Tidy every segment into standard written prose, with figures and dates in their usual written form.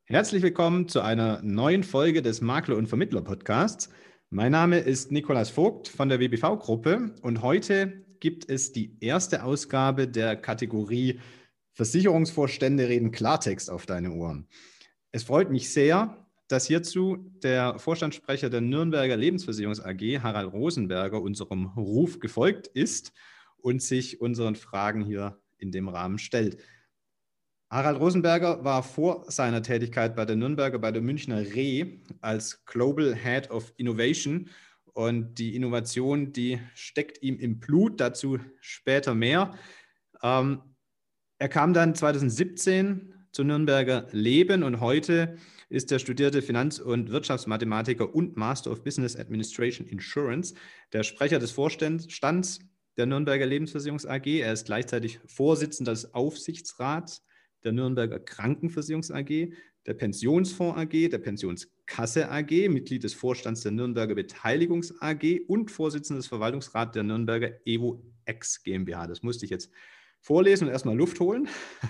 Herzlich willkommen zu einer neuen Folge des Makler- und Vermittler-Podcasts. Mein Name ist Nikolas Vogt von der WBV-Gruppe und heute gibt es die erste Ausgabe der Kategorie Versicherungsvorstände reden Klartext auf deine Ohren. Es freut mich sehr, dass hierzu der Vorstandssprecher der Nürnberger Lebensversicherungs AG, Harald Rosenberger, unserem Ruf gefolgt ist und sich unseren Fragen hier in dem Rahmen stellt. Harald Rosenberger war vor seiner Tätigkeit bei der Münchner Re als Global Head of Innovation und die Innovation, die steckt ihm im Blut, dazu später mehr. Er kam dann 2017 zu Nürnberger Leben und heute ist er studierte Finanz- und Wirtschaftsmathematiker und Master of Business Administration Insurance, der Sprecher des Vorstands der Nürnberger Lebensversicherungs AG. Er ist gleichzeitig Vorsitzender des Aufsichtsrats der Nürnberger Krankenversicherungs AG, der Pensionsfonds AG, der Pensionskasse AG, Mitglied des Vorstands der Nürnberger Beteiligungs AG und Vorsitzender des Verwaltungsrats der Nürnberger EvoX GmbH. Das musste ich jetzt vorlesen und erstmal Luft holen.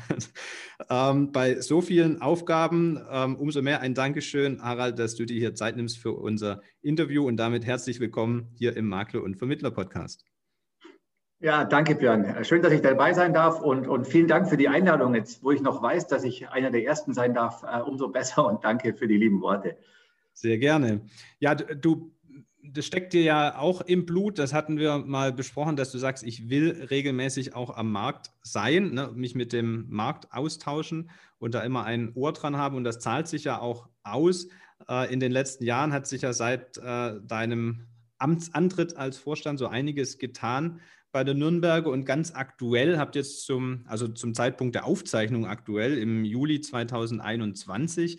Bei so vielen Aufgaben umso mehr ein Dankeschön, Harald, dass du dir hier Zeit nimmst für unser Interview und damit herzlich willkommen hier im Makler- und Vermittler-Podcast. Ja, danke Björn. Schön, dass ich dabei sein darf und vielen Dank für die Einladung. Jetzt, wo ich noch weiß, dass ich einer der Ersten sein darf, umso besser und danke für die lieben Worte. Sehr gerne. Ja, das steckt dir ja auch im Blut. Das hatten wir mal besprochen, dass du sagst, ich will regelmäßig auch am Markt sein, ne, mich mit dem Markt austauschen und da immer ein Ohr dran haben. Und das zahlt sich ja auch aus. In den letzten Jahren hat sich ja seit deinem Amtsantritt als Vorstand so einiges getan bei der Nürnberger und ganz aktuell habt ihr jetzt zum Zeitpunkt der Aufzeichnung aktuell im Juli 2021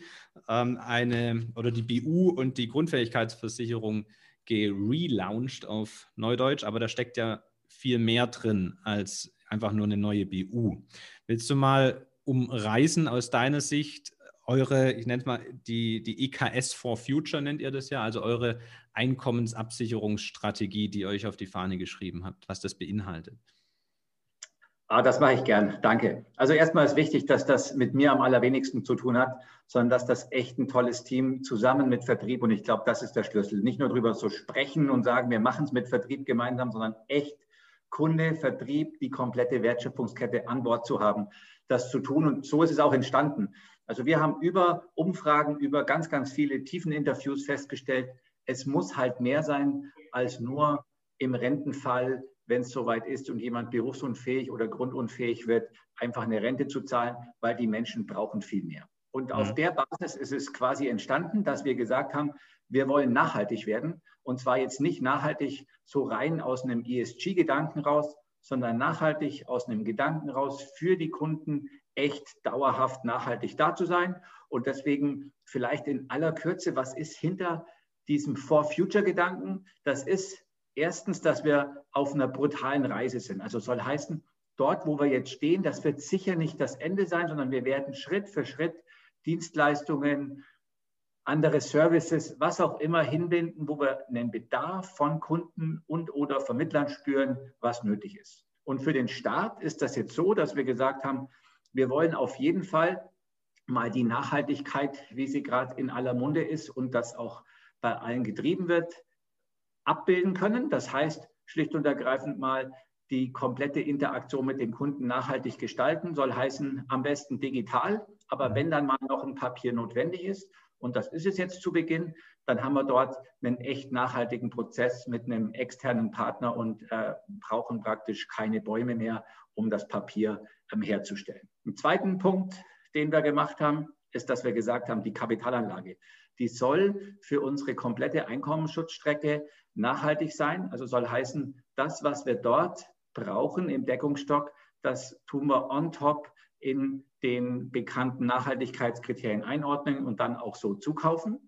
die BU und die Grundfähigkeitsversicherung gelauncht auf Neudeutsch, aber da steckt ja viel mehr drin als einfach nur eine neue BU. Willst du mal umreißen aus deiner Sicht ich nenne es mal die EKS for Future, nennt ihr das ja, also eure Einkommensabsicherungsstrategie, die ihr euch auf die Fahne geschrieben habt, was das beinhaltet? Das mache ich gern, danke. Also erstmal ist wichtig, dass das mit mir am allerwenigsten zu tun hat, sondern dass das echt ein tolles Team zusammen mit Vertrieb, und ich glaube, das ist der Schlüssel, nicht nur darüber zu sprechen und sagen, wir machen es mit Vertrieb gemeinsam, sondern echt Kunde, Vertrieb, die komplette Wertschöpfungskette an Bord zu haben, das zu tun, und so ist es auch entstanden. Also wir haben über Umfragen, über ganz, ganz viele tiefen Interviews festgestellt, es muss halt mehr sein als nur im Rentenfall, wenn es soweit ist und jemand berufsunfähig oder grundunfähig wird, einfach eine Rente zu zahlen, weil die Menschen brauchen viel mehr. Und auf der Basis ist es quasi entstanden, dass wir gesagt haben, wir wollen nachhaltig werden. Und zwar jetzt nicht nachhaltig so rein aus einem ESG-Gedanken raus, sondern nachhaltig aus einem Gedanken raus, für die Kunden echt dauerhaft nachhaltig da zu sein. Und deswegen vielleicht in aller Kürze, was ist hinter diesem For-Future-Gedanken? Das ist erstens, dass wir auf einer brutalen Reise sind. Also soll heißen, dort, wo wir jetzt stehen, das wird sicher nicht das Ende sein, sondern wir werden Schritt für Schritt Dienstleistungen, andere Services, was auch immer hinbinden, wo wir einen Bedarf von Kunden und oder Vermittlern spüren, was nötig ist. Und für den Staat ist das jetzt so, dass wir gesagt haben, wir wollen auf jeden Fall mal die Nachhaltigkeit, wie sie gerade in aller Munde ist und das auch bei allen getrieben wird, abbilden können. Das heißt, schlicht und ergreifend mal die komplette Interaktion mit dem Kunden nachhaltig gestalten, soll heißen, am besten digital. Aber wenn dann mal noch ein Papier notwendig ist, und das ist es jetzt zu Beginn, dann haben wir dort einen echt nachhaltigen Prozess mit einem externen Partner und brauchen praktisch keine Bäume mehr, um das Papier herzustellen. Ein zweiten Punkt, den wir gemacht haben, ist, dass wir gesagt haben, die Kapitalanlage, die soll für unsere komplette Einkommensschutzstrecke nachhaltig sein. Also soll heißen, das, was wir dort brauchen im Deckungsstock, das tun wir on top in den bekannten Nachhaltigkeitskriterien einordnen und dann auch so zukaufen.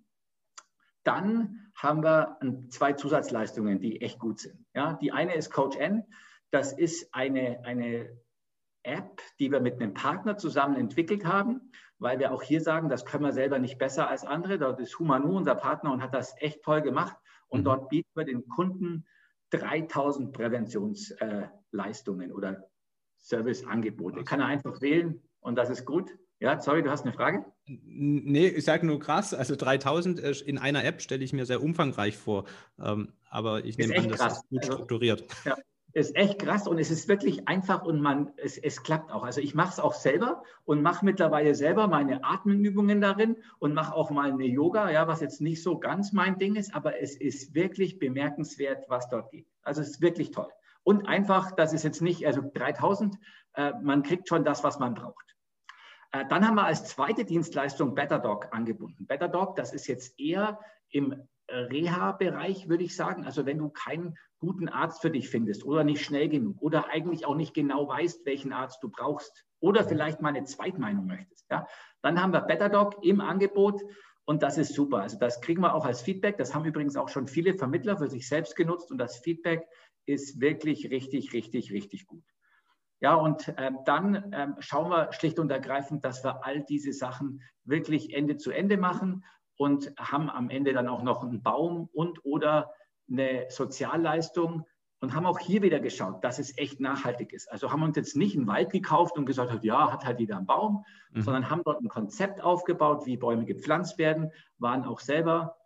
Dann haben wir zwei Zusatzleistungen, die echt gut sind. Ja, die eine ist Coach N. Das ist eine App, die wir mit einem Partner zusammen entwickelt haben, weil wir auch hier sagen, das können wir selber nicht besser als andere. Dort ist Humanu unser Partner und hat das echt toll gemacht. Und dort bieten wir den Kunden 3000 Präventionsleistungen oder Serviceangebote. Kann er einfach wählen und das ist gut. Ja, sorry, du hast eine Frage? Nee, ich sage nur krass. Also 3000 in einer App stelle ich mir sehr umfangreich vor. Aber ich Ist nehme an, echt das krass. ist gut Also, strukturiert. ja, ist echt krass und es ist wirklich einfach und es klappt auch. Also ich mache es auch selber und mache mittlerweile selber meine Atemübungen darin und mache auch mal eine Yoga, ja, was jetzt nicht so ganz mein Ding ist, aber es ist wirklich bemerkenswert, was dort geht. Also es ist wirklich toll. Und einfach, das ist jetzt nicht, also 3000, man kriegt schon das, was man braucht. Dann haben wir als zweite Dienstleistung BetterDoc angebunden. BetterDoc, das ist jetzt eher im Reha-Bereich, würde ich sagen. Also wenn du keinen guten Arzt für dich findest oder nicht schnell genug oder eigentlich auch nicht genau weißt, welchen Arzt du brauchst oder vielleicht mal eine Zweitmeinung möchtest, ja, dann haben wir BetterDoc im Angebot und das ist super. Also das kriegen wir auch als Feedback. Das haben übrigens auch schon viele Vermittler für sich selbst genutzt und das Feedback ist wirklich richtig, richtig, richtig gut. Ja, und dann schauen wir schlicht und ergreifend, dass wir all diese Sachen wirklich Ende zu Ende machen und haben am Ende dann auch noch einen Baum und oder eine Sozialleistung und haben auch hier wieder geschaut, dass es echt nachhaltig ist. Also haben uns jetzt nicht einen Wald gekauft und gesagt, ja, hat halt jeder einen Baum, sondern haben dort ein Konzept aufgebaut, wie Bäume gepflanzt werden, waren auch selber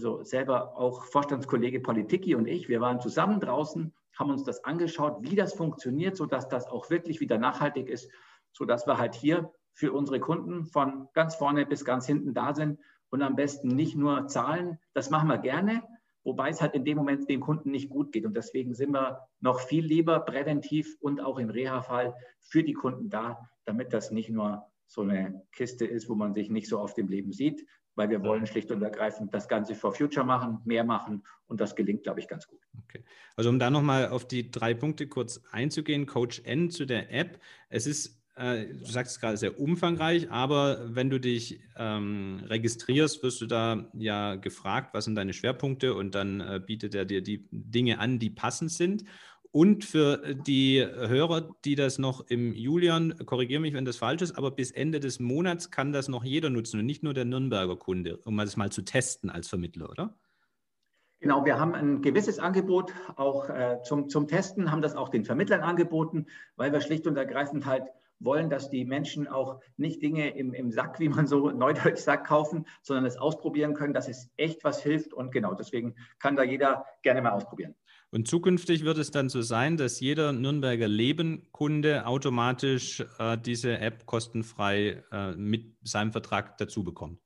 auch Vorstandskollege Politiki und ich, wir waren zusammen draußen, haben uns das angeschaut, wie das funktioniert, sodass das auch wirklich wieder nachhaltig ist, sodass wir halt hier für unsere Kunden von ganz vorne bis ganz hinten da sind und am besten nicht nur zahlen. Das machen wir gerne, wobei es halt in dem Moment dem Kunden nicht gut geht. Und deswegen sind wir noch viel lieber präventiv und auch im Reha-Fall für die Kunden da, damit das nicht nur so eine Kiste ist, wo man sich nicht so oft im Leben sieht, weil wir wollen schlicht und ergreifend das Ganze for Future machen, mehr machen und das gelingt, glaube ich, ganz gut. Okay. Also um da nochmal auf die 3 Punkte kurz einzugehen, Coach N zu der App. Es ist, du sagst es gerade, sehr umfangreich, aber wenn du dich registrierst, wirst du da ja gefragt, was sind deine Schwerpunkte und dann bietet er dir die Dinge an, die passend sind. Und für die Hörer, die das noch im Julian, korrigiere mich, wenn das falsch ist, aber bis Ende des Monats kann das noch jeder nutzen und nicht nur der Nürnberger Kunde, um das mal zu testen als Vermittler, oder? Genau, wir haben ein gewisses Angebot auch zum Testen, haben das auch den Vermittlern angeboten, weil wir schlicht und ergreifend halt wollen, dass die Menschen auch nicht Dinge im Sack, wie man so neudeutsch sagt, kaufen, sondern es ausprobieren können, dass es echt was hilft. Und genau, deswegen kann da jeder gerne mal ausprobieren. Und zukünftig wird es dann so sein, dass jeder Nürnberger Leben-Kunde automatisch diese App kostenfrei mit seinem Vertrag dazu bekommt.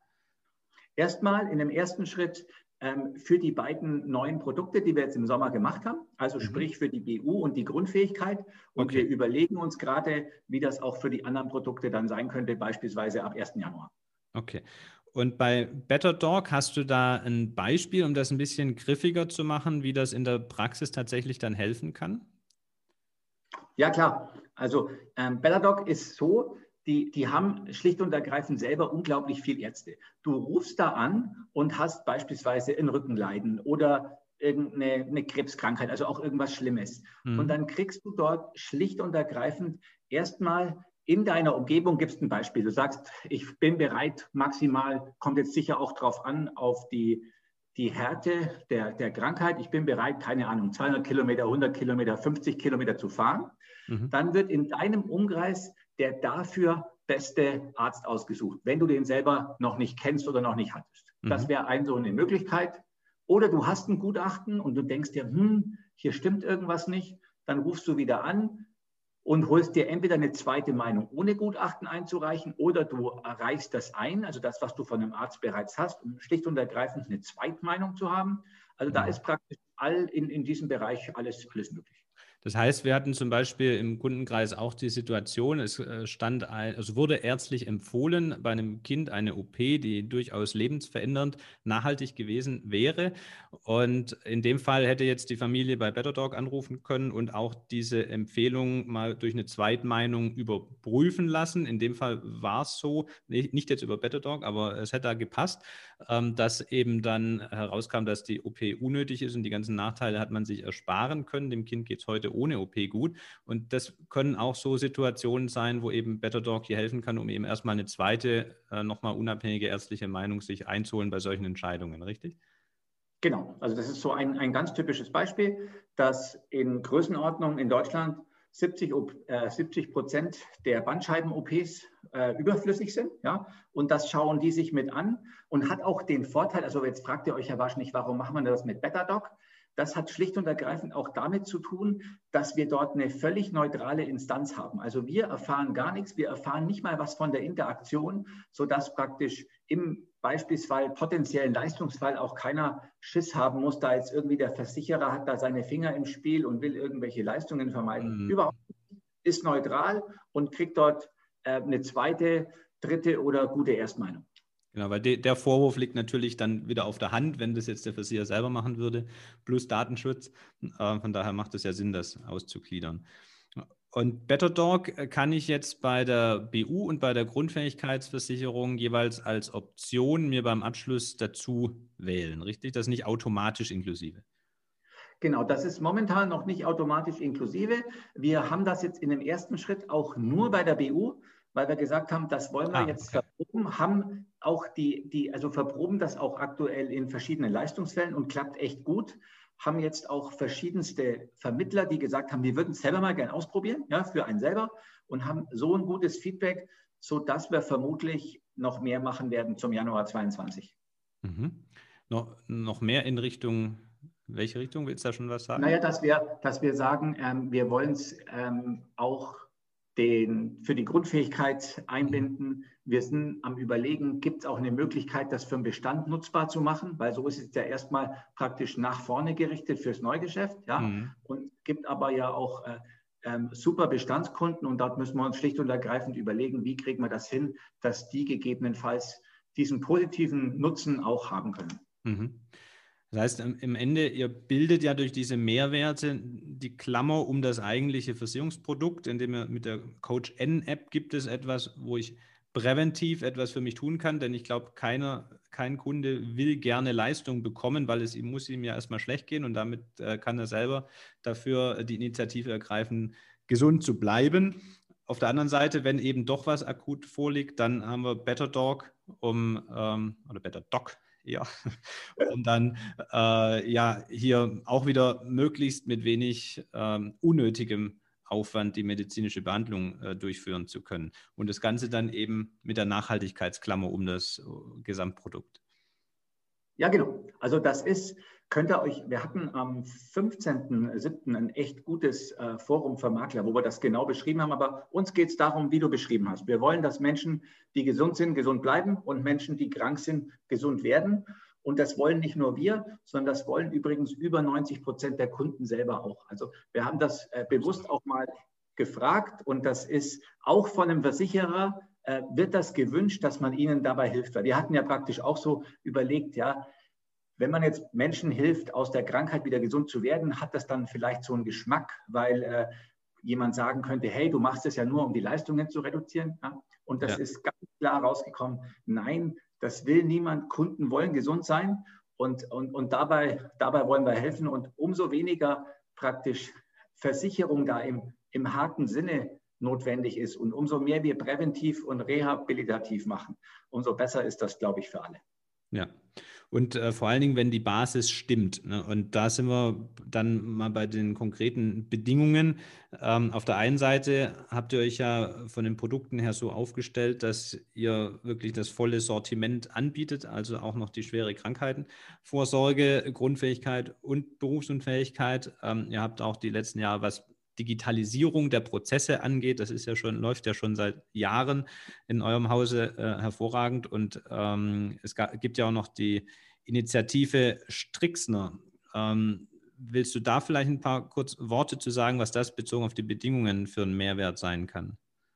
Erstmal in dem ersten Schritt für die beiden neuen Produkte, die wir jetzt im Sommer gemacht haben, also sprich für die BU und die Grundfähigkeit. Und wir überlegen uns gerade, wie das auch für die anderen Produkte dann sein könnte, beispielsweise ab 1. Januar. Okay. Und bei BetterDoc hast du da ein Beispiel, um das ein bisschen griffiger zu machen, wie das in der Praxis tatsächlich dann helfen kann? Ja, klar. Also BetterDoc ist so, die haben schlicht und ergreifend selber unglaublich viel Ärzte. Du rufst da an und hast beispielsweise ein Rückenleiden oder irgendeine Krebskrankheit, also auch irgendwas Schlimmes. Und dann kriegst du dort schlicht und ergreifend erstmal in deiner Umgebung, gibst ein Beispiel. Du sagst, ich bin bereit, maximal, kommt jetzt sicher auch drauf an, auf die Härte der Krankheit. Ich bin bereit, keine Ahnung, 200 Kilometer, 100 Kilometer, 50 Kilometer zu fahren. Dann wird in deinem Umkreis der dafür beste Arzt ausgesucht, wenn du den selber noch nicht kennst oder noch nicht hattest. Das wäre so eine Möglichkeit. Oder du hast ein Gutachten und du denkst dir, hier stimmt irgendwas nicht. Dann rufst du wieder an und holst dir entweder eine zweite Meinung ohne Gutachten einzureichen oder du reichst das ein, also das, was du von einem Arzt bereits hast, um schlicht und ergreifend eine Zweitmeinung zu haben. Also da ist praktisch in diesem Bereich alles möglich. Das heißt, wir hatten zum Beispiel im Kundenkreis auch die Situation, es wurde ärztlich empfohlen bei einem Kind eine OP, die durchaus lebensverändernd nachhaltig gewesen wäre. Und in dem Fall hätte jetzt die Familie bei BetterDoc anrufen können und auch diese Empfehlung mal durch eine Zweitmeinung überprüfen lassen. In dem Fall war es so, nicht jetzt über BetterDoc, aber es hätte da gepasst, dass eben dann herauskam, dass die OP unnötig ist und die ganzen Nachteile hat man sich ersparen können. Dem Kind geht es heute ohne OP gut. Und das können auch so Situationen sein, wo eben BetterDoc hier helfen kann, um eben erstmal eine zweite, nochmal unabhängige ärztliche Meinung sich einzuholen bei solchen Entscheidungen, richtig? Genau, also das ist so ein ganz typisches Beispiel, dass in Größenordnung in Deutschland 70% der Bandscheiben-OPs überflüssig sind. Ja? Und das schauen die sich mit an und hat auch den Vorteil, also jetzt fragt ihr euch ja wahrscheinlich, warum machen wir das mit BetterDoc? Das hat schlicht und ergreifend auch damit zu tun, dass wir dort eine völlig neutrale Instanz haben. Also wir erfahren gar nichts, wir erfahren nicht mal was von der Interaktion, sodass praktisch im beispielsweise potenziellen Leistungsfall auch keiner Schiss haben muss, da jetzt irgendwie der Versicherer hat da seine Finger im Spiel und will irgendwelche Leistungen vermeiden. Überhaupt nicht. Ist neutral und kriegt dort eine zweite, dritte oder gute Erstmeinung. Genau, weil der Vorwurf liegt natürlich dann wieder auf der Hand, wenn das jetzt der Versicherer selber machen würde, plus Datenschutz. Von daher macht es ja Sinn, das auszugliedern. Und BetterDoc kann ich jetzt bei der BU und bei der Grundfähigkeitsversicherung jeweils als Option mir beim Abschluss dazu wählen, richtig? Das ist nicht automatisch inklusive. Genau, das ist momentan noch nicht automatisch inklusive. Wir haben das jetzt in dem ersten Schritt auch nur bei der BU, weil wir gesagt haben, das wollen wir jetzt verproben, haben auch also verproben das auch aktuell in verschiedenen Leistungsfällen und klappt echt gut. Haben jetzt auch verschiedenste Vermittler, die gesagt haben, wir würden es selber mal gerne ausprobieren, ja, für einen selber und haben so ein gutes Feedback, sodass wir vermutlich noch mehr machen werden zum Januar 2022. Noch mehr in Richtung, welche Richtung, willst du da schon was sagen? Naja, dass wir sagen, wir wollen es auch für die Grundfähigkeit einbinden. Wir sind am Überlegen, gibt es auch eine Möglichkeit, das für den Bestand nutzbar zu machen, weil so ist es ja erstmal praktisch nach vorne gerichtet fürs Neugeschäft. Ja? Und gibt aber ja auch super Bestandskunden und dort müssen wir uns schlicht und ergreifend überlegen, wie kriegen wir das hin, dass die gegebenenfalls diesen positiven Nutzen auch haben können. Das heißt, im Ende, ihr bildet ja durch diese Mehrwerte die Klammer um das eigentliche Versicherungsprodukt, indem ihr mit der Coach N-App gibt es etwas, wo ich präventiv etwas für mich tun kann, denn ich glaube, kein Kunde will gerne Leistung bekommen, weil muss ihm ja erstmal schlecht gehen und damit kann er selber dafür die Initiative ergreifen, gesund zu bleiben. Auf der anderen Seite, wenn eben doch was akut vorliegt, dann haben wir BetterDoc oder BetterDoc, ja, um dann hier auch wieder möglichst mit wenig unnötigem Aufwand die medizinische Behandlung durchführen zu können. Und das Ganze dann eben mit der Nachhaltigkeitsklammer um das Gesamtprodukt. Ja, genau. Also wir hatten am 15.07. ein echt gutes Forum für Makler, wo wir das genau beschrieben haben, aber uns geht es darum, wie du beschrieben hast. Wir wollen, dass Menschen, die gesund sind, gesund bleiben und Menschen, die krank sind, gesund werden. Und das wollen nicht nur wir, sondern das wollen übrigens über 90% der Kunden selber auch. Also wir haben das bewusst auch mal gefragt und das ist auch von einem Versicherer, wird das gewünscht, dass man ihnen dabei hilft. Weil wir hatten ja praktisch auch so überlegt, ja, wenn man jetzt Menschen hilft, aus der Krankheit wieder gesund zu werden, hat das dann vielleicht so einen Geschmack, weil jemand sagen könnte, hey, du machst es ja nur, um die Leistungen zu reduzieren. Ja? Und das ist ganz klar rausgekommen, nein, das will niemand. Kunden wollen gesund sein und dabei wollen wir helfen. Und umso weniger praktisch Versicherung da im harten Sinne notwendig ist und umso mehr wir präventiv und rehabilitativ machen, umso besser ist das, glaube ich, für alle. Ja, und vor allen Dingen, wenn die Basis stimmt. Ne? Und da sind wir dann mal bei den konkreten Bedingungen. Auf der einen Seite habt ihr euch ja von den Produkten her so aufgestellt, dass ihr wirklich das volle Sortiment anbietet, also auch noch die schwere Krankheitenvorsorge, Grundfähigkeit und Berufsunfähigkeit. Ihr habt auch die letzten Jahre, was Digitalisierung der Prozesse angeht, das ist ja läuft ja schon seit Jahren in eurem Hause hervorragend und es gibt ja auch noch die Initiative Strixner. Willst du da vielleicht ein paar kurz Worte zu sagen, was das bezogen auf die Bedingungen für einen Mehrwert sein kann?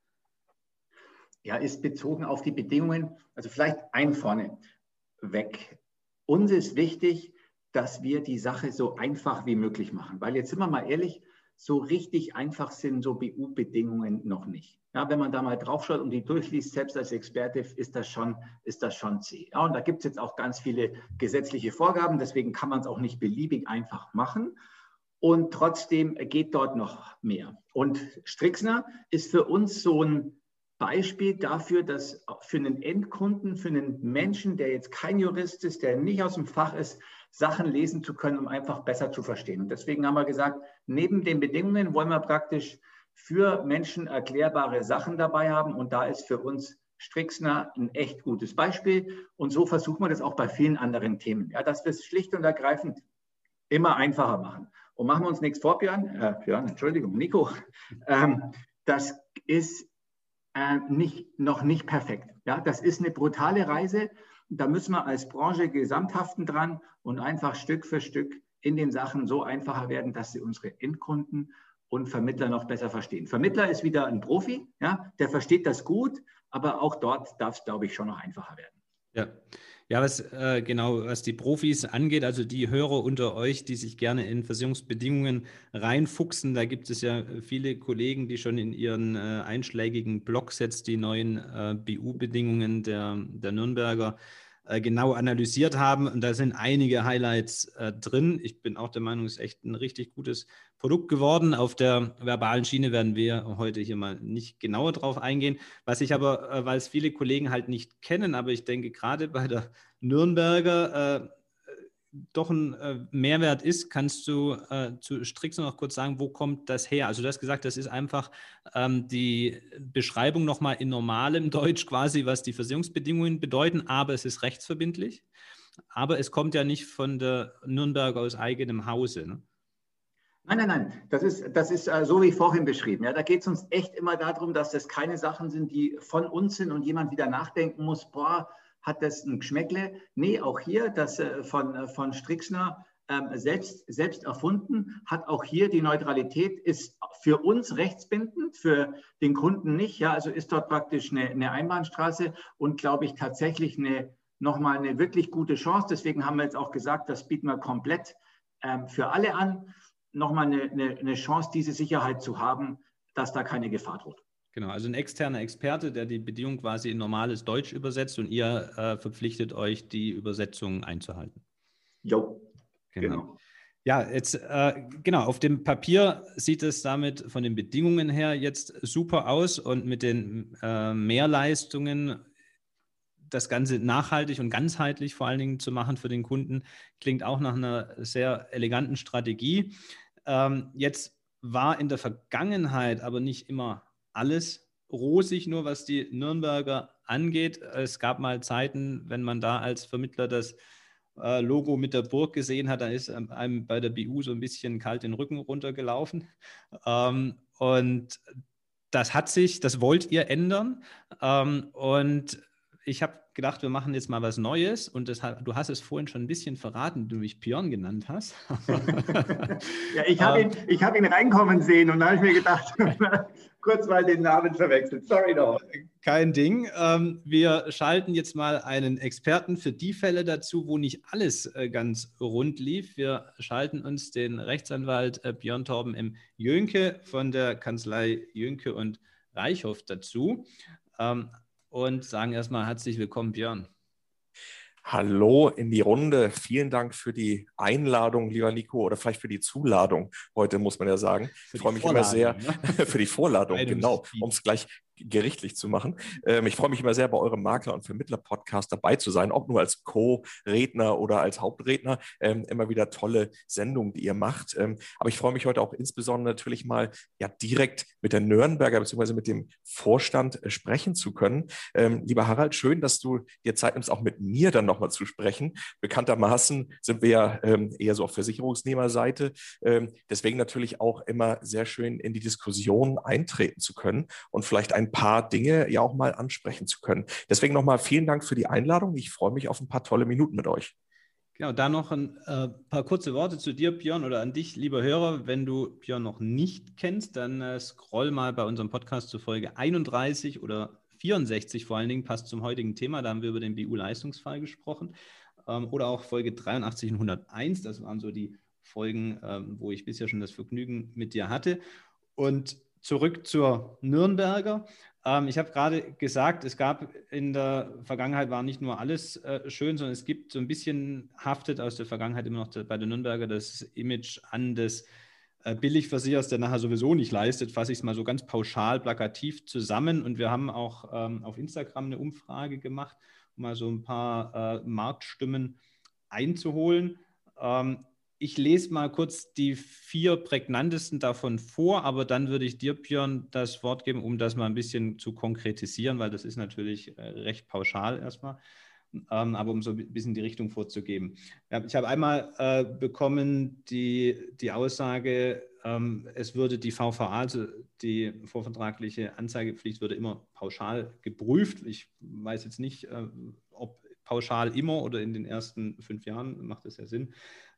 Ja, ist bezogen auf die Bedingungen, also vielleicht vorne weg. Uns ist wichtig, dass wir die Sache so einfach wie möglich machen, weil jetzt sind wir mal ehrlich, so richtig einfach sind so BU-Bedingungen noch nicht. Ja, wenn man da mal draufschaut und die durchliest, selbst als Experte, ist das schon zäh. Ja, und da gibt es jetzt auch ganz viele gesetzliche Vorgaben, deswegen kann man es auch nicht beliebig einfach machen. Und trotzdem geht dort noch mehr. Und Strixner ist für uns so ein Beispiel dafür, dass für einen Endkunden, für einen Menschen, der jetzt kein Jurist ist, der nicht aus dem Fach ist, Sachen lesen zu können, um einfach besser zu verstehen. Und deswegen haben wir gesagt, neben den Bedingungen wollen wir praktisch für Menschen erklärbare Sachen dabei haben. Und da ist für uns Strixner ein echt gutes Beispiel. Und so versuchen wir das auch bei vielen anderen Themen, ja, dass wir es schlicht und ergreifend immer einfacher machen. Und machen wir uns nichts vor, Nico, das ist noch nicht perfekt. Ja, das ist eine brutale Reise. Da müssen wir als Branche gesamthaften dran und einfach Stück für Stück in den Sachen so einfacher werden, dass sie unsere Endkunden und Vermittler noch besser verstehen. Vermittler ist wieder ein Profi, ja, der versteht das gut, aber auch dort darf es, glaube ich, schon noch einfacher werden. Ja. Ja, was die Profis angeht, also die Hörer unter euch, die sich gerne in Versicherungsbedingungen reinfuchsen, da gibt es ja viele Kollegen, die schon in ihren einschlägigen Blogs jetzt die neuen BU-Bedingungen der Nürnberger genau analysiert haben. Und da sind einige Highlights drin. Ich bin auch der Meinung, es ist echt ein richtig gutes Produkt geworden. Auf der verbalen Schiene werden wir heute hier mal nicht genauer drauf eingehen. Was ich aber, weil es viele Kollegen halt nicht kennen, aber ich denke gerade bei der Nürnberger doch ein Mehrwert ist, kannst du zu Strixner noch kurz sagen, wo kommt das her? Also du hast gesagt, das ist einfach die Beschreibung nochmal in normalem Deutsch quasi, was die Versicherungsbedingungen bedeuten, aber es ist rechtsverbindlich. Aber es kommt ja nicht von der Nürnberger aus eigenem Hause, ne? Nein. Das ist so wie vorhin beschrieben. Ja, da geht es uns echt immer darum, dass das keine Sachen sind, die von uns sind und jemand wieder nachdenken muss, boah, hat das ein Geschmäckle? Nee, auch hier, das von Strixner selbst erfunden, hat auch hier die Neutralität, ist für uns rechtsbindend, für den Kunden nicht. Ja, also ist dort praktisch eine Einbahnstraße und, glaube ich, tatsächlich nochmal eine wirklich gute Chance. Deswegen haben wir jetzt auch gesagt, das bieten wir komplett für alle an. Nochmal eine Chance, diese Sicherheit zu haben, dass da keine Gefahr droht. Genau, also ein externer Experte, der die Bedingung quasi in normales Deutsch übersetzt und ihr verpflichtet euch, die Übersetzung einzuhalten. Jo, genau. Ja, jetzt genau, auf dem Papier sieht es damit von den Bedingungen her jetzt super aus und mit den Mehrleistungen das Ganze nachhaltig und ganzheitlich vor allen Dingen zu machen für den Kunden, klingt auch nach einer sehr eleganten Strategie. Jetzt war in der Vergangenheit aber nicht immer alles rosig, nur was die Nürnberger angeht. Es gab mal Zeiten, wenn man da als Vermittler das Logo mit der Burg gesehen hat, da ist einem bei der BU so ein bisschen kalt den Rücken runtergelaufen. Und das wollt ihr ändern. Und ich habe gedacht, wir machen jetzt mal was Neues und du hast es vorhin schon ein bisschen verraten, du mich Björn genannt hast. Ja, ich hab ihn reinkommen sehen und da habe ich mir gedacht, kurz mal den Namen verwechselt. Sorry doch. Kein Ding. Wir schalten jetzt mal einen Experten für die Fälle dazu, wo nicht alles ganz rund lief. Wir schalten uns den Rechtsanwalt Björn Torben M. Jönke von der Kanzlei Jönke und Reichhoff dazu. Und sagen erstmal herzlich willkommen, Björn. Hallo in die Runde. Vielen Dank für die Einladung, lieber Nico, oder vielleicht für die Zuladung. Heute muss man ja sagen. Ich freue mich immer sehr für die Vorladung, genau, um es gleich gerichtlich zu machen. Ich freue mich immer sehr, bei eurem Makler- und Vermittler-Podcast dabei zu sein, ob nur als Co-Redner oder als Hauptredner. Immer wieder tolle Sendungen, die ihr macht. Aber ich freue mich heute auch insbesondere natürlich mal direkt mit der Nürnberger bzw. mit dem Vorstand sprechen zu können. Lieber Harald, schön, dass du dir Zeit nimmst, auch mit mir dann nochmal zu sprechen. Bekanntermaßen sind wir ja eher so auf Versicherungsnehmerseite. Deswegen natürlich auch immer sehr schön in die Diskussion eintreten zu können und vielleicht ein paar Dinge ja auch mal ansprechen zu können. Deswegen nochmal vielen Dank für die Einladung. Ich freue mich auf ein paar tolle Minuten mit euch. Genau, da noch ein paar kurze Worte zu dir, Björn, oder an dich, lieber Hörer. Wenn du Björn noch nicht kennst, dann scroll mal bei unserem Podcast zu Folge 31 oder 64 vor allen Dingen, passt zum heutigen Thema. Da haben wir über den BU-Leistungsfall gesprochen. Oder auch Folge 83 und 101. Das waren so die Folgen, wo ich bisher schon das Vergnügen mit dir hatte. Und zurück zur Nürnberger. Ich habe gerade gesagt, es gab in der Vergangenheit war nicht nur alles schön, sondern es gibt so ein bisschen haftet aus der Vergangenheit immer noch bei der Nürnberger das Image an des Billigversicherers, der nachher sowieso nicht leistet, fasse ich es mal so ganz pauschal, plakativ zusammen. Und wir haben auch auf Instagram eine Umfrage gemacht, um mal so ein paar Marktstimmen einzuholen. Ich lese mal kurz die 4 prägnantesten davon vor, aber dann würde ich dir, Björn, das Wort geben, um das mal ein bisschen zu konkretisieren, weil das ist natürlich recht pauschal erstmal, aber um so ein bisschen die Richtung vorzugeben. Ja, ich habe einmal bekommen die Aussage, es würde die VVA, also die vorvertragliche Anzeigepflicht, würde immer pauschal geprüft. Ich weiß jetzt nicht, ob pauschal immer oder in den ersten 5 Jahren, macht das ja Sinn.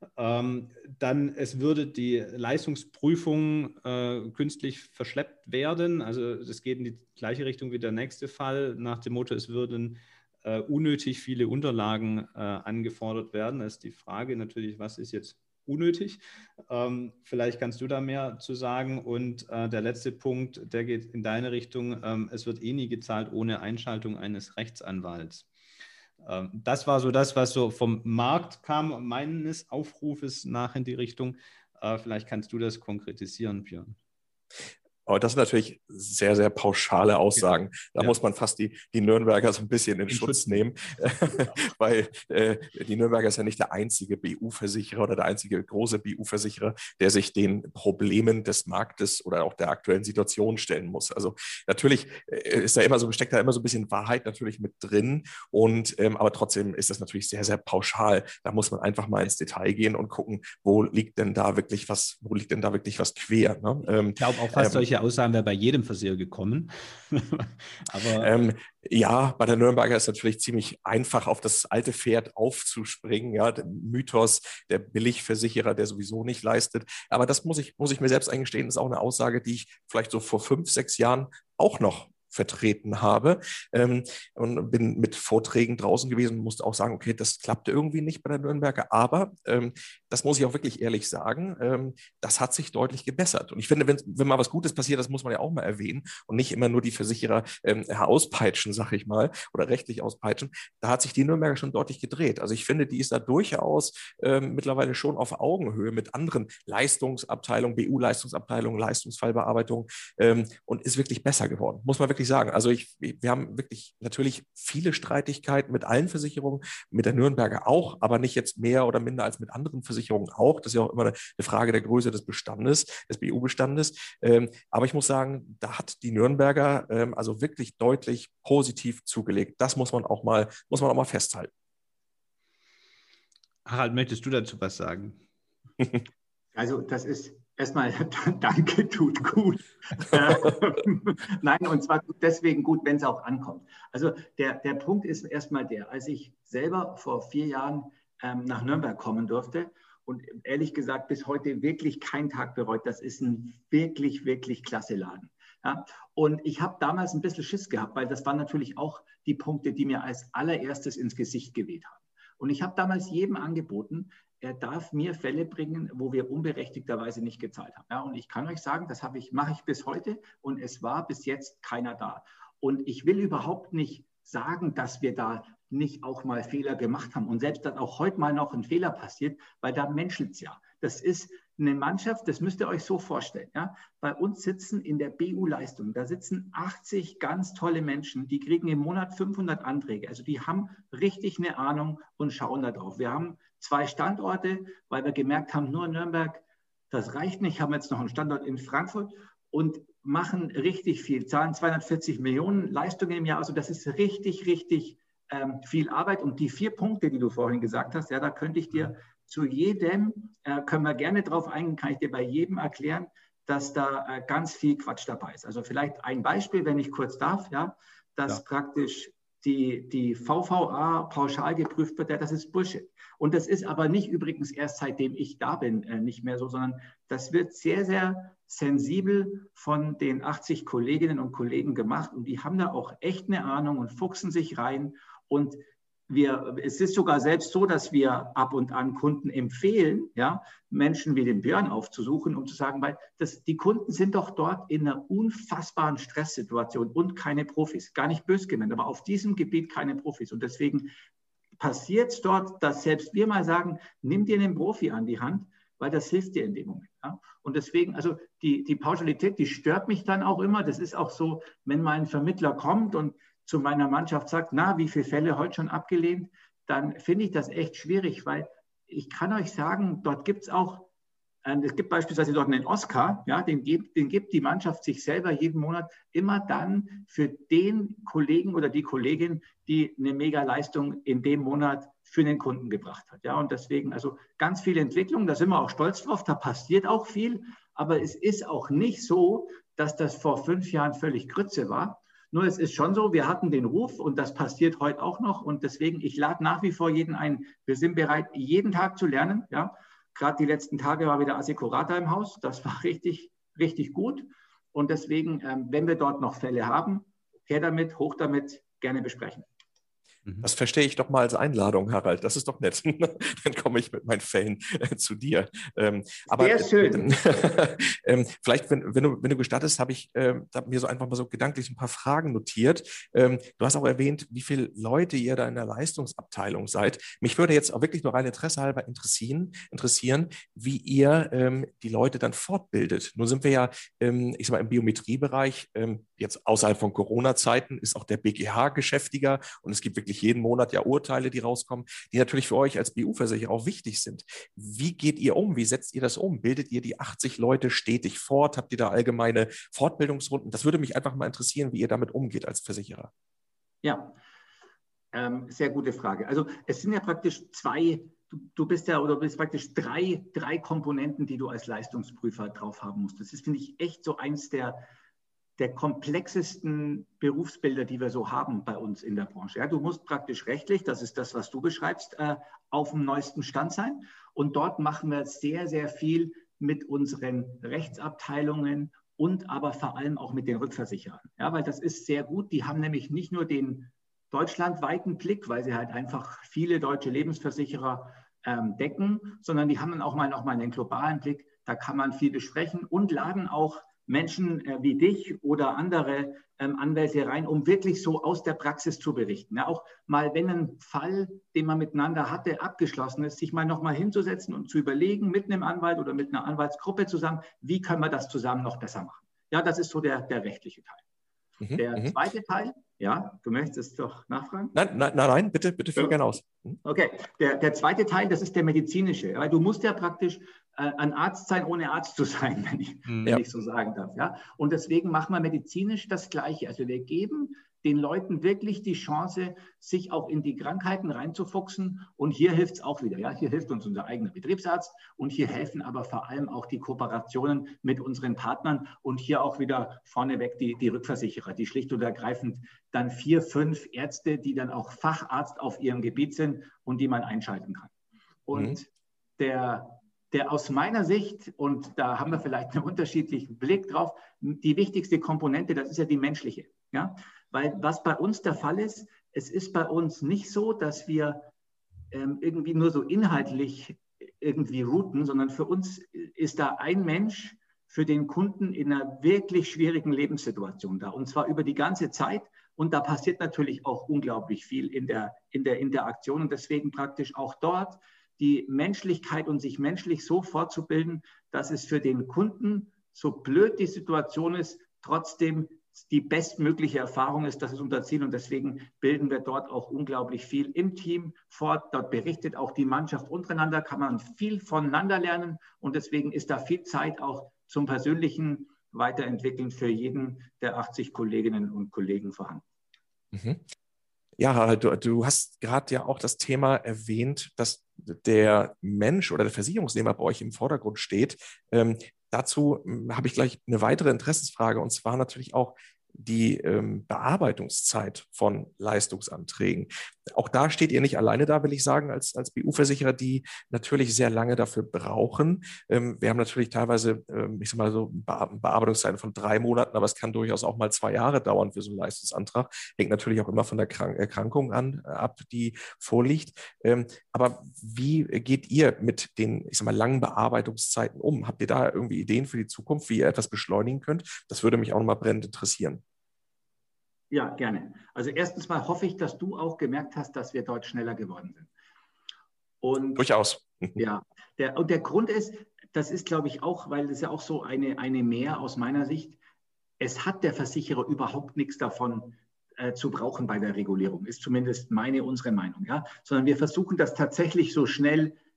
Dann, es würde die Leistungsprüfung künstlich verschleppt werden. Also das geht in die gleiche Richtung wie der nächste Fall, nach dem Motto, es würden unnötig viele Unterlagen angefordert werden. Da ist die Frage natürlich, was ist jetzt unnötig? Vielleicht kannst du da mehr zu sagen. Und der letzte Punkt, der geht in deine Richtung. Es wird nie gezahlt ohne Einschaltung eines Rechtsanwalts. Das war so das, was so vom Markt kam, meines Aufrufes nach in die Richtung. Vielleicht kannst du das konkretisieren, Björn. Aber das sind natürlich sehr, sehr pauschale Aussagen. Da muss man fast die Nürnberger so ein bisschen in Schutz nehmen, weil die Nürnberger ist ja nicht der einzige BU-Versicherer oder der einzige große BU-Versicherer, der sich den Problemen des Marktes oder auch der aktuellen Situation stellen muss. Also natürlich ist da immer so, steckt da immer so ein bisschen Wahrheit natürlich mit drin, aber trotzdem ist das natürlich sehr, sehr pauschal. Da muss man einfach mal ins Detail gehen und gucken, wo liegt denn da wirklich was quer. Ne? Ich glaube auch fast solche Aussagen wäre bei jedem Versicherer gekommen. Aber ja, bei der Nürnberger ist natürlich ziemlich einfach, auf das alte Pferd aufzuspringen. Ja, der Mythos, der Billigversicherer, der sowieso nicht leistet. Aber das muss ich mir selbst eingestehen, ist auch eine Aussage, die ich vielleicht so vor 5, 6 Jahren auch noch vertreten habe und bin mit Vorträgen draußen gewesen und musste auch sagen, okay, das klappte irgendwie nicht bei der Nürnberger, aber das muss ich auch wirklich ehrlich sagen, das hat sich deutlich gebessert. Und ich finde, wenn mal was Gutes passiert, das muss man ja auch mal erwähnen und nicht immer nur die Versicherer auspeitschen, sag ich mal, oder rechtlich auspeitschen. Da hat sich die Nürnberger schon deutlich gedreht. Also ich finde, die ist da durchaus mittlerweile schon auf Augenhöhe mit anderen Leistungsabteilungen, BU-Leistungsabteilungen, Leistungsfallbearbeitung und ist wirklich besser geworden, muss man wirklich sagen. Also wir haben wirklich natürlich viele Streitigkeiten mit allen Versicherungen, mit der Nürnberger auch, aber nicht jetzt mehr oder minder als mit anderen Versicherungen auch. Das ist ja auch immer eine Frage der Größe des Bestandes, des BU-Bestandes. Aber ich muss sagen, da hat die Nürnberger also wirklich deutlich positiv zugelegt. Das muss man auch mal festhalten. Harald, möchtest du dazu was sagen? Also das ist erstmal, danke, tut gut. Nein, und zwar deswegen gut, wenn es auch ankommt. Also der Punkt ist erstmal als ich selber vor 4 Jahren nach Nürnberg kommen durfte und ehrlich gesagt bis heute wirklich keinen Tag bereut, das ist ein wirklich, wirklich klasse Laden. Ja? Und ich habe damals ein bisschen Schiss gehabt, weil das waren natürlich auch die Punkte, die mir als allererstes ins Gesicht geweht haben. Und ich habe damals jedem angeboten, er darf mir Fälle bringen, wo wir unberechtigterweise nicht gezahlt haben. Ja, und ich kann euch sagen, das mache ich bis heute und es war bis jetzt keiner da. Und ich will überhaupt nicht sagen, dass wir da nicht auch mal Fehler gemacht haben und selbst dass auch heute mal noch ein Fehler passiert, weil da menschelt es ja. Das ist eine Mannschaft, das müsst ihr euch so vorstellen. Ja? Bei uns sitzen in der BU-Leistung, da sitzen 80 ganz tolle Menschen, die kriegen im Monat 500 Anträge. Also die haben richtig eine Ahnung und schauen da drauf. Wir haben 2 Standorte, weil wir gemerkt haben, nur Nürnberg, das reicht nicht, haben jetzt noch einen Standort in Frankfurt und machen richtig viel, zahlen 240 Millionen Leistungen im Jahr. Also das ist richtig, richtig viel Arbeit. Und die 4 Punkte, die du vorhin gesagt hast, ja, da könnte ich dir zu jedem, können wir gerne drauf eingehen, kann ich dir bei jedem erklären, dass da ganz viel Quatsch dabei ist. Also vielleicht ein Beispiel, wenn ich kurz darf, ja, dass praktisch die VVA pauschal geprüft wird, ja, das ist Bullshit. Und das ist aber nicht übrigens erst seitdem ich da bin nicht mehr so, sondern das wird sehr, sehr sensibel von den 80 Kolleginnen und Kollegen gemacht und die haben da auch echt eine Ahnung und fuchsen sich rein und es ist sogar selbst so, dass wir ab und an Kunden empfehlen, ja, Menschen wie den Björn aufzusuchen, um zu sagen, weil die Kunden sind doch dort in einer unfassbaren Stresssituation und keine Profis. Gar nicht böse gemeint, aber auf diesem Gebiet keine Profis. Und deswegen passiert es dort, dass selbst wir mal sagen, nimm dir einen Profi an die Hand, weil das hilft dir in dem Moment. Ja? Und deswegen, also die Pauschalität, die stört mich dann auch immer. Das ist auch so, wenn mal ein Vermittler kommt und zu meiner Mannschaft sagt, na, wie viele Fälle heute schon abgelehnt, dann finde ich das echt schwierig, weil ich kann euch sagen, dort gibt es auch, es gibt beispielsweise dort einen Oscar, ja, den gibt die Mannschaft sich selber jeden Monat immer dann für den Kollegen oder die Kollegin, die eine Mega-Leistung in dem Monat für den Kunden gebracht hat. Ja, und deswegen, also ganz viel Entwicklung, da sind wir auch stolz drauf, da passiert auch viel, aber es ist auch nicht so, dass das vor 5 Jahren völlig Grütze war. Nur es ist schon so, wir hatten den Ruf und das passiert heute auch noch und deswegen, ich lade nach wie vor jeden ein, wir sind bereit, jeden Tag zu lernen, ja. Gerade die letzten Tage war wieder Assicurata im Haus. Das war richtig, richtig gut. Und deswegen, wenn wir dort noch Fälle haben, her damit, hoch damit, gerne besprechen. Das verstehe ich doch mal als Einladung, Harald. Das ist doch nett. Dann komme ich mit meinen Fällen zu dir. Aber sehr schön. Vielleicht, wenn du gestattest, habe ich mir so einfach mal so gedanklich ein paar Fragen notiert. Du hast auch erwähnt, wie viele Leute ihr da in der Leistungsabteilung seid. Mich würde jetzt auch wirklich nur rein Interesse halber interessieren, wie ihr die Leute dann fortbildet. Nun sind wir ja, ich sag mal, im Biometriebereich, jetzt außerhalb von Corona-Zeiten ist auch der BGH geschäftiger und es gibt wirklich jeden Monat ja Urteile, die rauskommen, die natürlich für euch als BU-Versicherer auch wichtig sind. Wie geht ihr um? Wie setzt ihr das um? Bildet ihr die 80 Leute stetig fort? Habt ihr da allgemeine Fortbildungsrunden? Das würde mich einfach mal interessieren, wie ihr damit umgeht als Versicherer. Ja, sehr gute Frage. Also es sind ja praktisch du bist praktisch drei Komponenten, die du als Leistungsprüfer drauf haben musst. Das ist, finde ich, echt so eins der komplexesten Berufsbilder, die wir so haben bei uns in der Branche. Ja, du musst praktisch rechtlich, das ist das, was du beschreibst, auf dem neuesten Stand sein. Und dort machen wir sehr, sehr viel mit unseren Rechtsabteilungen und aber vor allem auch mit den Rückversicherern. Ja, weil das ist sehr gut. Die haben nämlich nicht nur den deutschlandweiten Blick, weil sie halt einfach viele deutsche Lebensversicherer decken, sondern die haben dann auch noch mal einen globalen Blick. Da kann man viel besprechen und laden auch Menschen wie dich oder andere Anwälte rein, um wirklich so aus der Praxis zu berichten. Ja, auch mal, wenn ein Fall, den man miteinander hatte, abgeschlossen ist, sich mal nochmal hinzusetzen und zu überlegen, mit einem Anwalt oder mit einer Anwaltsgruppe zusammen, wie können wir das zusammen noch besser machen. Ja, das ist so der rechtliche Teil. Der zweite Teil, ja, du möchtest doch nachfragen? Nein, bitte führ gerne aus. Okay, der zweite Teil, das ist der medizinische. Weil du musst ja praktisch ein Arzt sein, ohne Arzt zu sein, wenn ich so sagen darf. Ja? Und deswegen machen wir medizinisch das Gleiche. Also wir geben den Leuten wirklich die Chance, sich auch in die Krankheiten reinzufuchsen. Und hier hilft es auch wieder. Ja? Hier hilft uns unser eigener Betriebsarzt und hier helfen aber vor allem auch die Kooperationen mit unseren Partnern und hier auch wieder vorneweg die Rückversicherer, die schlicht und ergreifend dann 4, 5 Ärzte, die dann auch Facharzt auf ihrem Gebiet sind und die man einschalten kann. Und der aus meiner Sicht, und da haben wir vielleicht einen unterschiedlichen Blick drauf, die wichtigste Komponente, das ist ja die menschliche. Ja? Weil was bei uns der Fall ist, es ist bei uns nicht so, dass wir irgendwie nur so inhaltlich irgendwie routen, sondern für uns ist da ein Mensch für den Kunden in einer wirklich schwierigen Lebenssituation da. Und zwar über die ganze Zeit. Und da passiert natürlich auch unglaublich viel in der Interaktion. Und deswegen praktisch auch dort die Menschlichkeit und sich menschlich so fortzubilden, dass es für den Kunden, so blöd die Situation ist, trotzdem die bestmögliche Erfahrung ist. Das ist unser Ziel und deswegen bilden wir dort auch unglaublich viel im Team fort. Dort berichtet auch die Mannschaft untereinander, kann man viel voneinander lernen und deswegen ist da viel Zeit auch zum persönlichen Weiterentwickeln für jeden der 80 Kolleginnen und Kollegen vorhanden. Ja, Harald, du hast gerade ja auch das Thema erwähnt, dass der Mensch oder der Versicherungsnehmer bei euch im Vordergrund steht. Dazu habe ich gleich eine weitere Interessensfrage und zwar natürlich auch die Bearbeitungszeit von Leistungsanträgen. Auch da steht ihr nicht alleine da, will ich sagen, als BU-Versicherer, die natürlich sehr lange dafür brauchen. Wir haben natürlich teilweise, ich sag mal so, Bearbeitungszeiten von 3 Monaten, aber es kann durchaus auch mal 2 Jahre dauern für so einen Leistungsantrag. Hängt natürlich auch immer von der Erkrankung ab, die vorliegt. Aber wie geht ihr mit den, ich sag mal, langen Bearbeitungszeiten um? Habt ihr da irgendwie Ideen für die Zukunft, wie ihr etwas beschleunigen könnt? Das würde mich auch noch mal brennend interessieren. Ja, gerne. Also erstens mal hoffe ich, dass du auch gemerkt hast, dass wir dort schneller geworden sind. Und durchaus. Ja, der Grund ist, das ist, glaube ich, auch, weil das ja auch so eine Mehr aus meiner Sicht, es hat der Versicherer überhaupt nichts davon zu brauchen bei der Regulierung, ist zumindest unsere Meinung. Ja? Sondern wir versuchen das tatsächlich so schnell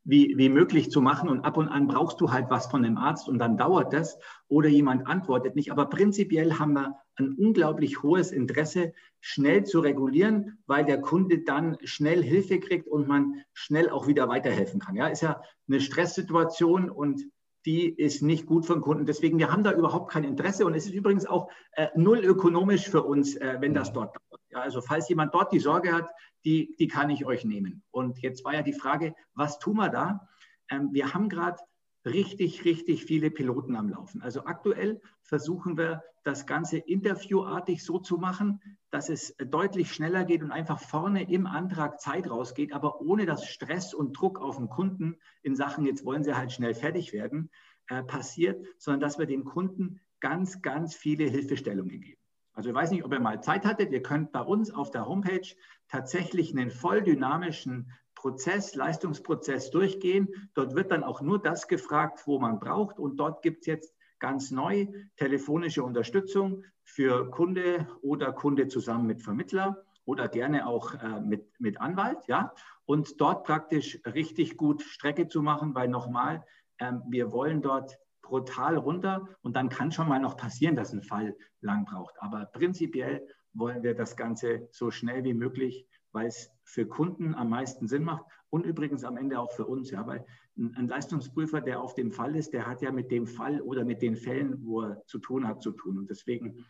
wie möglich zu machen. Und ab und an brauchst du halt was von dem Arzt und dann dauert das oder jemand antwortet nicht. Aber prinzipiell haben wir ein unglaublich hohes Interesse, schnell zu regulieren, weil der Kunde dann schnell Hilfe kriegt und man schnell auch wieder weiterhelfen kann. Ja, ist ja eine Stresssituation und die ist nicht gut für den Kunden. Deswegen, wir haben da überhaupt kein Interesse. Und es ist übrigens auch null ökonomisch für uns, wenn das dort dauert. Ja, also falls jemand dort die Sorge hat, die kann ich euch nehmen. Und jetzt war ja die Frage, was tun wir da? Wir haben gerade richtig viele Piloten am Laufen. Also aktuell versuchen wir, das Ganze interviewartig so zu machen, dass es deutlich schneller geht und einfach vorne im Antrag Zeit rausgeht, aber ohne dass Stress und Druck auf den Kunden in Sachen, jetzt wollen sie halt schnell fertig werden, passiert, sondern dass wir dem Kunden ganz viele Hilfestellungen geben. Also ich weiß nicht, ob ihr mal Zeit hattet, ihr könnt bei uns auf der Homepage tatsächlich einen voll dynamischen Leistungsprozess durchgehen. Dort wird dann auch nur das gefragt, wo man braucht. Und dort gibt es jetzt ganz neu telefonische Unterstützung für Kunde oder Kunde zusammen mit Vermittler oder gerne auch mit Anwalt. Ja? Und dort praktisch richtig gut Strecke zu machen, weil nochmal, wir wollen dort brutal runter und dann kann schon mal noch passieren, dass ein Fall lang braucht. Aber prinzipiell wollen wir das Ganze so schnell wie möglich, weil es für Kunden am meisten Sinn macht und übrigens am Ende auch für uns. Ja, weil ein Leistungsprüfer, der auf dem Fall ist, der hat ja mit dem Fall oder mit den Fällen, wo er zu tun hat, zu tun. Und deswegen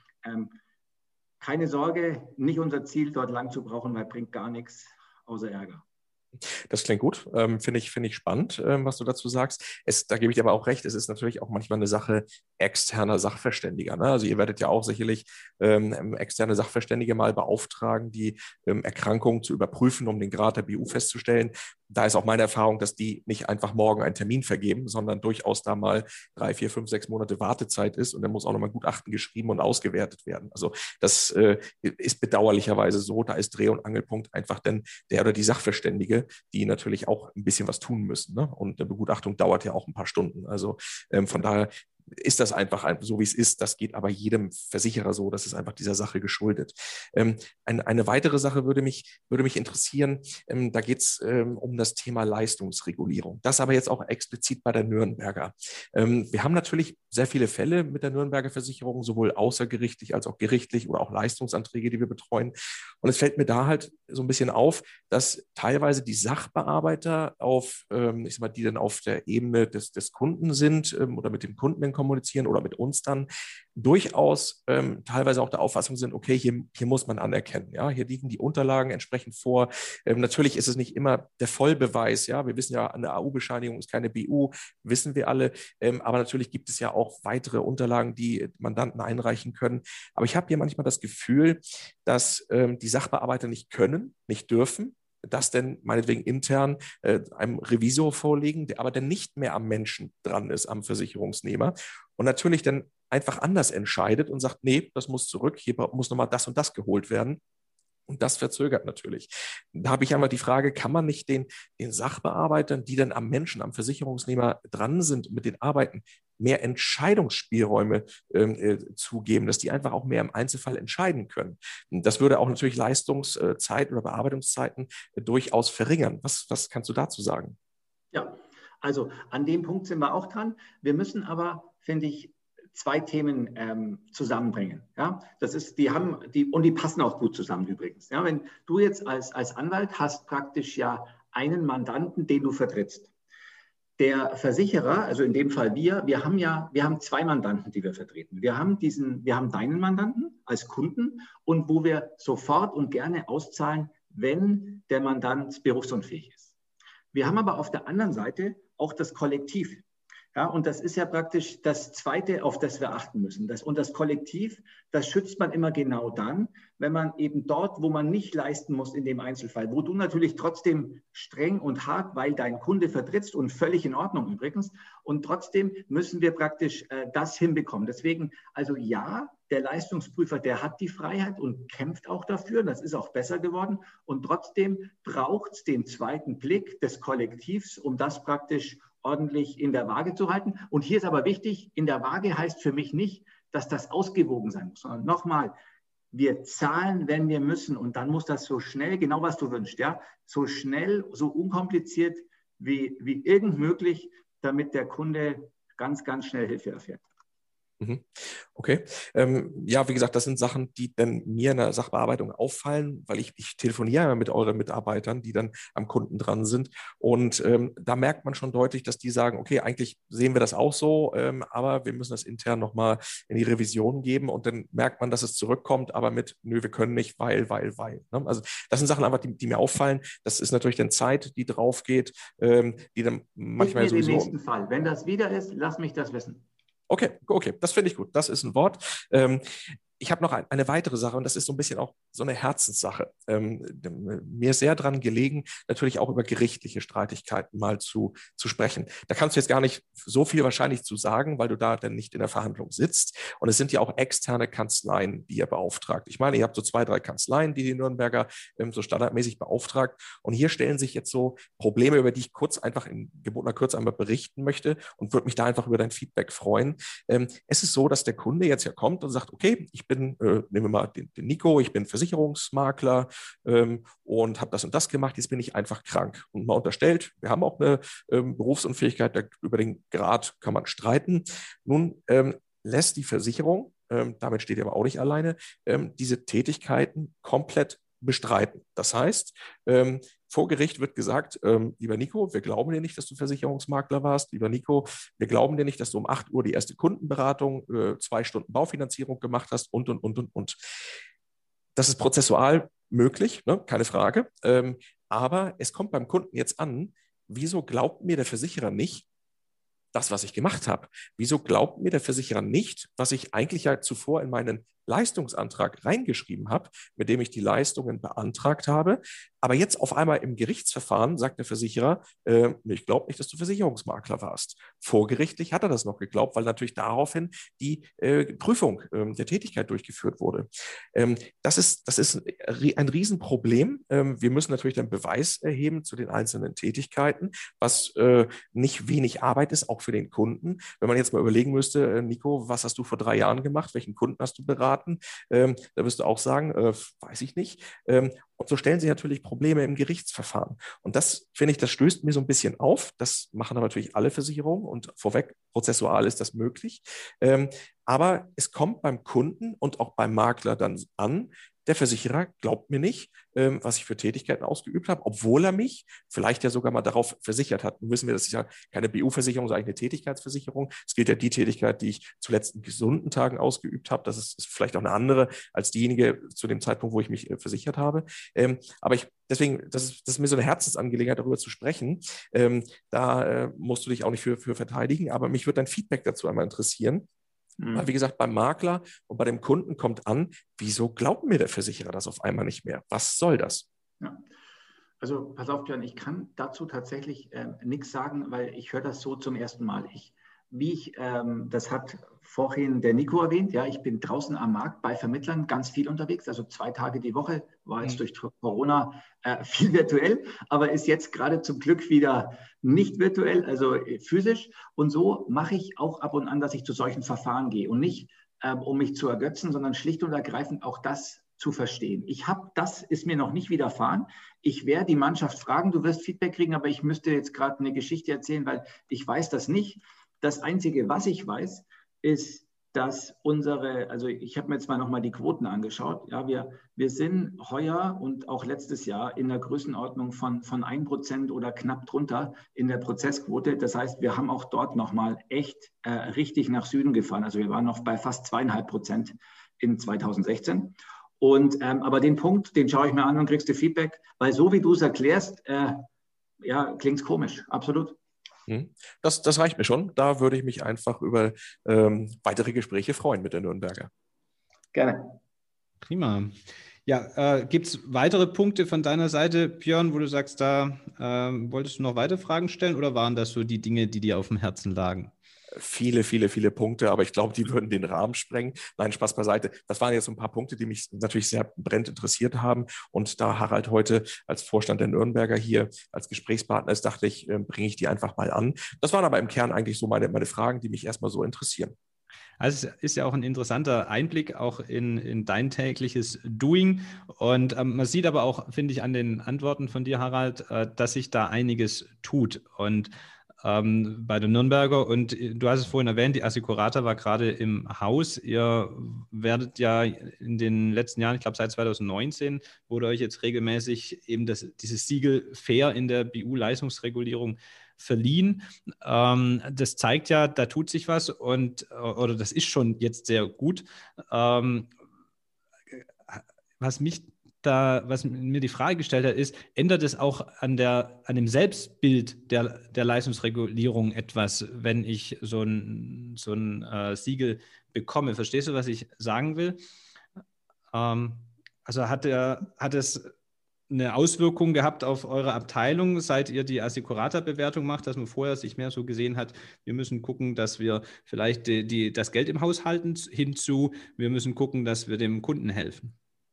keine Sorge, nicht unser Ziel, dort lang zu brauchen, weil bringt gar nichts außer Ärger. Das klingt gut, finde ich spannend, was du dazu sagst. Da gebe ich dir aber auch recht, es ist natürlich auch manchmal eine Sache externer Sachverständiger. Ne? Also ihr werdet ja auch sicherlich externe Sachverständige mal beauftragen, die Erkrankungen zu überprüfen, um den Grad der BU festzustellen. Da ist auch meine Erfahrung, dass die nicht einfach morgen einen Termin vergeben, sondern durchaus da mal 3, 4, 5, 6 Monate Wartezeit ist und dann muss auch nochmal Gutachten geschrieben und ausgewertet werden. Also das ist bedauerlicherweise so, da ist Dreh- und Angelpunkt einfach denn der oder die Sachverständige, die natürlich auch ein bisschen was tun müssen. Ne? Und eine Begutachtung dauert ja auch ein paar Stunden. Also von daher ist das einfach so, wie es ist. Das geht aber jedem Versicherer so. Das ist einfach dieser Sache geschuldet. Eine weitere Sache würde mich interessieren. Da geht es um das Thema Leistungsregulierung. Das aber jetzt auch explizit bei der Nürnberger. Wir haben natürlich sehr viele Fälle mit der Nürnberger Versicherung, sowohl außergerichtlich als auch gerichtlich oder auch Leistungsanträge, die wir betreuen. Und es fällt mir da halt so ein bisschen auf, dass teilweise die Sachbearbeiter die dann auf der Ebene des Kunden sind oder mit dem Kunden in kommunizieren oder mit uns dann, durchaus teilweise auch der Auffassung sind, okay, hier muss man anerkennen. Ja? Hier liegen die Unterlagen entsprechend vor. Natürlich ist es nicht immer der Vollbeweis. Ja? Wir wissen ja, eine AU-Bescheinigung ist keine BU, wissen wir alle. Aber natürlich gibt es ja auch weitere Unterlagen, die Mandanten einreichen können. Aber ich habe hier manchmal das Gefühl, dass die Sachbearbeiter nicht können, nicht dürfen, das denn meinetwegen intern einem Revisor vorlegen, der aber dann nicht mehr am Menschen dran ist, am Versicherungsnehmer und natürlich dann einfach anders entscheidet und sagt, nee, das muss zurück, hier muss nochmal das und das geholt werden. Und das verzögert natürlich. Da habe ich einmal die Frage, kann man nicht den Sachbearbeitern, die dann am Menschen, am Versicherungsnehmer dran sind, mit den Arbeiten, mehr Entscheidungsspielräume zugeben, dass die einfach auch mehr im Einzelfall entscheiden können. Das würde auch natürlich Leistungszeit oder Bearbeitungszeiten durchaus verringern. Was kannst du dazu sagen? Ja, also an dem Punkt sind wir auch dran. Wir müssen aber, finde ich, 2 Themen zusammenbringen. Ja? Die passen auch gut zusammen übrigens. Ja? Wenn du jetzt als Anwalt hast praktisch ja einen Mandanten, den du vertrittst. Der Versicherer, also in dem Fall wir haben 2 Mandanten, die wir vertreten. Wir haben deinen Mandanten als Kunden und wo wir sofort und gerne auszahlen, wenn der Mandant berufsunfähig ist. Wir haben aber auf der anderen Seite auch das Kollektiv. Ja, und das ist ja praktisch das Zweite, auf das wir achten müssen. Das Kollektiv, das schützt man immer genau dann, wenn man eben dort, wo man nicht leisten muss in dem Einzelfall, wo du natürlich trotzdem streng und hart, weil dein Kunde vertrittst und völlig in Ordnung übrigens. Und trotzdem müssen wir praktisch das hinbekommen. Deswegen, also ja, der Leistungsprüfer, der hat die Freiheit und kämpft auch dafür. Das ist auch besser geworden. Und trotzdem braucht es den zweiten Blick des Kollektivs, um das praktisch ordentlich in der Waage zu halten. Und hier ist aber wichtig, in der Waage heißt für mich nicht, dass das ausgewogen sein muss, sondern nochmal, wir zahlen, wenn wir müssen. Und dann muss das so schnell, genau was du wünschst, ja, so schnell, so unkompliziert wie irgend möglich, damit der Kunde ganz, ganz schnell Hilfe erfährt. Okay. Ja, wie gesagt, das sind Sachen, die dann mir in der Sachbearbeitung auffallen, weil ich telefoniere ja mit euren Mitarbeitern, die dann am Kunden dran sind. Und da merkt man schon deutlich, dass die sagen, okay, eigentlich sehen wir das auch so, aber wir müssen das intern nochmal in die Revision geben. Und dann merkt man, dass es zurückkommt, aber mit, nö, wir können nicht, weil. Ne? Also das sind Sachen einfach, die mir auffallen. Das ist natürlich dann Zeit, die drauf geht, die dann manchmal Gib mir sowieso... den nächsten Fall. Wenn das wieder ist, lass mich das wissen. Okay, das finde ich gut. Das ist ein Wort. Ich habe noch eine weitere Sache und das ist so ein bisschen auch so eine Herzenssache. Mir ist sehr daran gelegen, natürlich auch über gerichtliche Streitigkeiten mal zu sprechen. Da kannst du jetzt gar nicht so viel wahrscheinlich zu sagen, weil du da dann nicht in der Verhandlung sitzt. Und es sind ja auch externe Kanzleien, die ihr beauftragt. Ich meine, ihr habt so 2, 3 Kanzleien, die Nürnberger so standardmäßig beauftragt. Und hier stellen sich jetzt so Probleme, über die ich kurz einfach in gebotener Kürze einmal berichten möchte und würde mich da einfach über dein Feedback freuen. Es ist so, dass der Kunde jetzt ja kommt und sagt, okay, ich bin, nehmen wir mal den Nico, ich bin Versicherungsmakler und habe das und das gemacht, jetzt bin ich einfach krank. Und mal unterstellt, wir haben auch eine Berufsunfähigkeit, über den Grad kann man streiten. Nun lässt die Versicherung, damit steht ihr aber auch nicht alleine, diese Tätigkeiten komplett bestreiten. Das heißt, vor Gericht wird gesagt, lieber Nico, wir glauben dir nicht, dass du Versicherungsmakler warst. Lieber Nico, wir glauben dir nicht, dass du um 8 Uhr die erste Kundenberatung, 2 Stunden Baufinanzierung gemacht hast und. Das ist prozessual möglich, ne? Keine Frage. Aber es kommt beim Kunden jetzt an, wieso glaubt mir der Versicherer nicht, das, was ich gemacht habe? Wieso glaubt mir der Versicherer nicht, was ich eigentlich ja zuvor in meinen Leistungsantrag reingeschrieben habe, mit dem ich die Leistungen beantragt habe? Aber jetzt auf einmal im Gerichtsverfahren sagt der Versicherer, ich glaube nicht, dass du Versicherungsmakler warst. Vorgerichtlich hat er das noch geglaubt, weil natürlich daraufhin die Prüfung der Tätigkeit durchgeführt wurde. Das ist ein Riesenproblem. Wir müssen natürlich dann Beweis erheben zu den einzelnen Tätigkeiten, was nicht wenig Arbeit ist, auch für den Kunden. Wenn man jetzt mal überlegen müsste, Nico, was hast du vor 3 Jahren gemacht? Welchen Kunden hast du beraten? Da wirst du auch sagen, weiß ich nicht. Und so stellen sich natürlich Probleme im Gerichtsverfahren. Und das, finde ich, das stößt mir so ein bisschen auf. Das machen aber natürlich alle Versicherungen und vorweg, prozessual ist das möglich. Aber es kommt beim Kunden und auch beim Makler dann an, der Versicherer glaubt mir nicht, was ich für Tätigkeiten ausgeübt habe, obwohl er mich vielleicht ja sogar mal darauf versichert hat. Nun wissen wir, das ist ja keine BU-Versicherung, sondern eine Tätigkeitsversicherung. Es gilt ja die Tätigkeit, die ich zu letzten gesunden Tagen ausgeübt habe. Das ist vielleicht auch eine andere als diejenige zu dem Zeitpunkt, wo ich mich versichert habe. Aber deswegen, das ist mir so eine Herzensangelegenheit, darüber zu sprechen. Da musst du dich auch nicht für verteidigen, aber mich würde dein Feedback dazu einmal interessieren. Weil, wie gesagt, beim Makler und bei dem Kunden kommt an, wieso glaubt mir der Versicherer das auf einmal nicht mehr? Was soll das? Ja. Also pass auf, Björn, ich kann dazu tatsächlich nichts sagen, weil ich höre das so zum ersten Mal. Das hat vorhin der Nico erwähnt, ja, ich bin draußen am Markt bei Vermittlern ganz viel unterwegs, also 2 Tage die Woche, war jetzt durch Corona viel virtuell, aber ist jetzt gerade zum Glück wieder nicht virtuell, also physisch. Und so mache ich auch ab und an, dass ich zu solchen Verfahren gehe und nicht, um mich zu ergötzen, sondern schlicht und ergreifend auch das zu verstehen. Das ist mir noch nicht widerfahren. Ich werde die Mannschaft fragen, du wirst Feedback kriegen, aber ich müsste jetzt gerade eine Geschichte erzählen, weil ich weiß das nicht. Das Einzige, was ich weiß, ist, dass also ich habe mir jetzt mal nochmal die Quoten angeschaut. Ja, wir sind heuer und auch letztes Jahr in der Größenordnung von 1% oder knapp drunter in der Prozessquote. Das heißt, wir haben auch dort nochmal echt richtig nach Süden gefahren. Also wir waren noch bei fast 2,5% in 2016. Aber den Punkt, den schaue ich mir an und kriegst du Feedback, weil so wie du es erklärst, klingt es komisch, absolut. Das reicht mir schon. Da würde ich mich einfach über weitere Gespräche freuen mit der Nürnberger. Gerne. Prima. Ja, gibt es weitere Punkte von deiner Seite, Björn, wo du sagst, da wolltest du noch weitere Fragen stellen oder waren das so die Dinge, die dir auf dem Herzen lagen? Viele Punkte, aber ich glaube, die würden den Rahmen sprengen. Nein, Spaß beiseite. Das waren jetzt so ein paar Punkte, die mich natürlich sehr brennend interessiert haben. Und da Harald heute als Vorstand der Nürnberger hier als Gesprächspartner ist, dachte ich, bringe ich die einfach mal an. Das waren aber im Kern eigentlich so meine Fragen, die mich erstmal so interessieren. Also es ist ja auch ein interessanter Einblick auch in dein tägliches Doing. Und man sieht aber auch, finde ich, an den Antworten von dir, Harald, dass sich da einiges tut. Und bei der Nürnberger, und du hast es vorhin erwähnt, die Assicurata war gerade im Haus. Ihr werdet ja in den letzten Jahren, ich glaube seit 2019, wurde euch jetzt regelmäßig eben dieses Siegel Fair in der BU-Leistungsregulierung verliehen. Das zeigt ja, da tut sich was oder das ist schon jetzt sehr gut. Was mir die Frage gestellt hat, ist, ändert es auch an dem Selbstbild der Leistungsregulierung etwas, wenn ich so ein Siegel bekomme? Verstehst du, was ich sagen will? Also hat es eine Auswirkung gehabt auf eure Abteilung, seit ihr die Assicurata-Bewertung macht, dass man vorher sich mehr so gesehen hat, wir müssen gucken, dass wir vielleicht das Geld im Haus halten, hinzu, wir müssen gucken, dass wir dem Kunden helfen?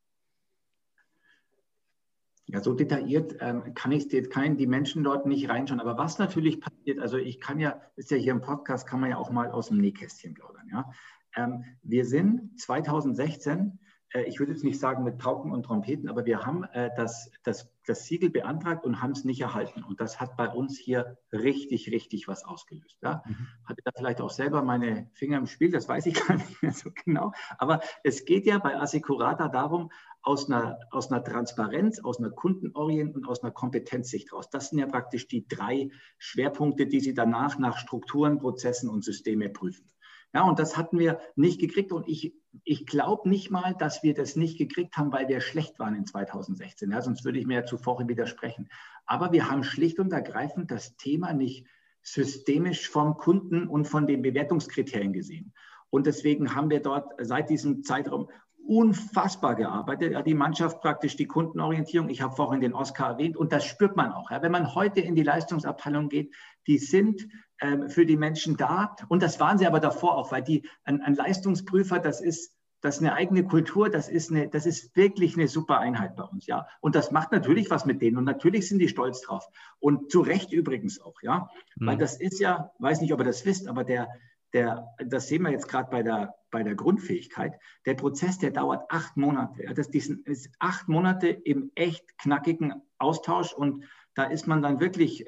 Ja, so detailliert kann in die Menschen dort nicht reinschauen. Aber was natürlich passiert, also ist ja hier im Podcast, kann man ja auch mal aus dem Nähkästchen plaudern. Ja? Wir sind 2016, ich würde jetzt nicht sagen mit Pauken und Trompeten, aber wir haben das Siegel beantragt und haben es nicht erhalten. Und das hat bei uns hier richtig, richtig was ausgelöst. Ja? Hatte da vielleicht auch selber meine Finger im Spiel, das weiß ich gar nicht mehr so genau. Aber es geht ja bei Assicurata darum, aus einer Transparenz, aus einer Kundenorientierung und aus einer Kompetenzsicht raus. Das sind ja praktisch die 3 Schwerpunkte, die Sie danach nach Strukturen, Prozessen und Systemen prüfen. Ja, und das hatten wir nicht gekriegt. Und ich glaube nicht mal, dass wir das nicht gekriegt haben, weil wir schlecht waren in 2016. Ja, sonst würde ich mir ja zuvor widersprechen. Aber wir haben schlicht und ergreifend das Thema nicht systemisch vom Kunden und von den Bewertungskriterien gesehen. Und deswegen haben wir dort seit diesem Zeitraum unfassbar gearbeitet. Ja, die Mannschaft praktisch, die Kundenorientierung. Ich habe vorhin den Oscar erwähnt und das spürt man auch. Ja, wenn man heute in die Leistungsabteilung geht, die sind für die Menschen da und das waren sie aber davor auch, weil ein Leistungsprüfer, das ist eine eigene Kultur, das ist wirklich eine super Einheit bei uns. Ja, und das macht natürlich was mit denen und natürlich sind die stolz drauf und zu Recht übrigens auch. Ja, weil das ist ja, weiß nicht, ob ihr das wisst, aber das sehen wir jetzt gerade bei der Grundfähigkeit. Der Prozess, der dauert 8 Monate. Ja, das ist 8 Monate im echt knackigen Austausch und da ist man dann wirklich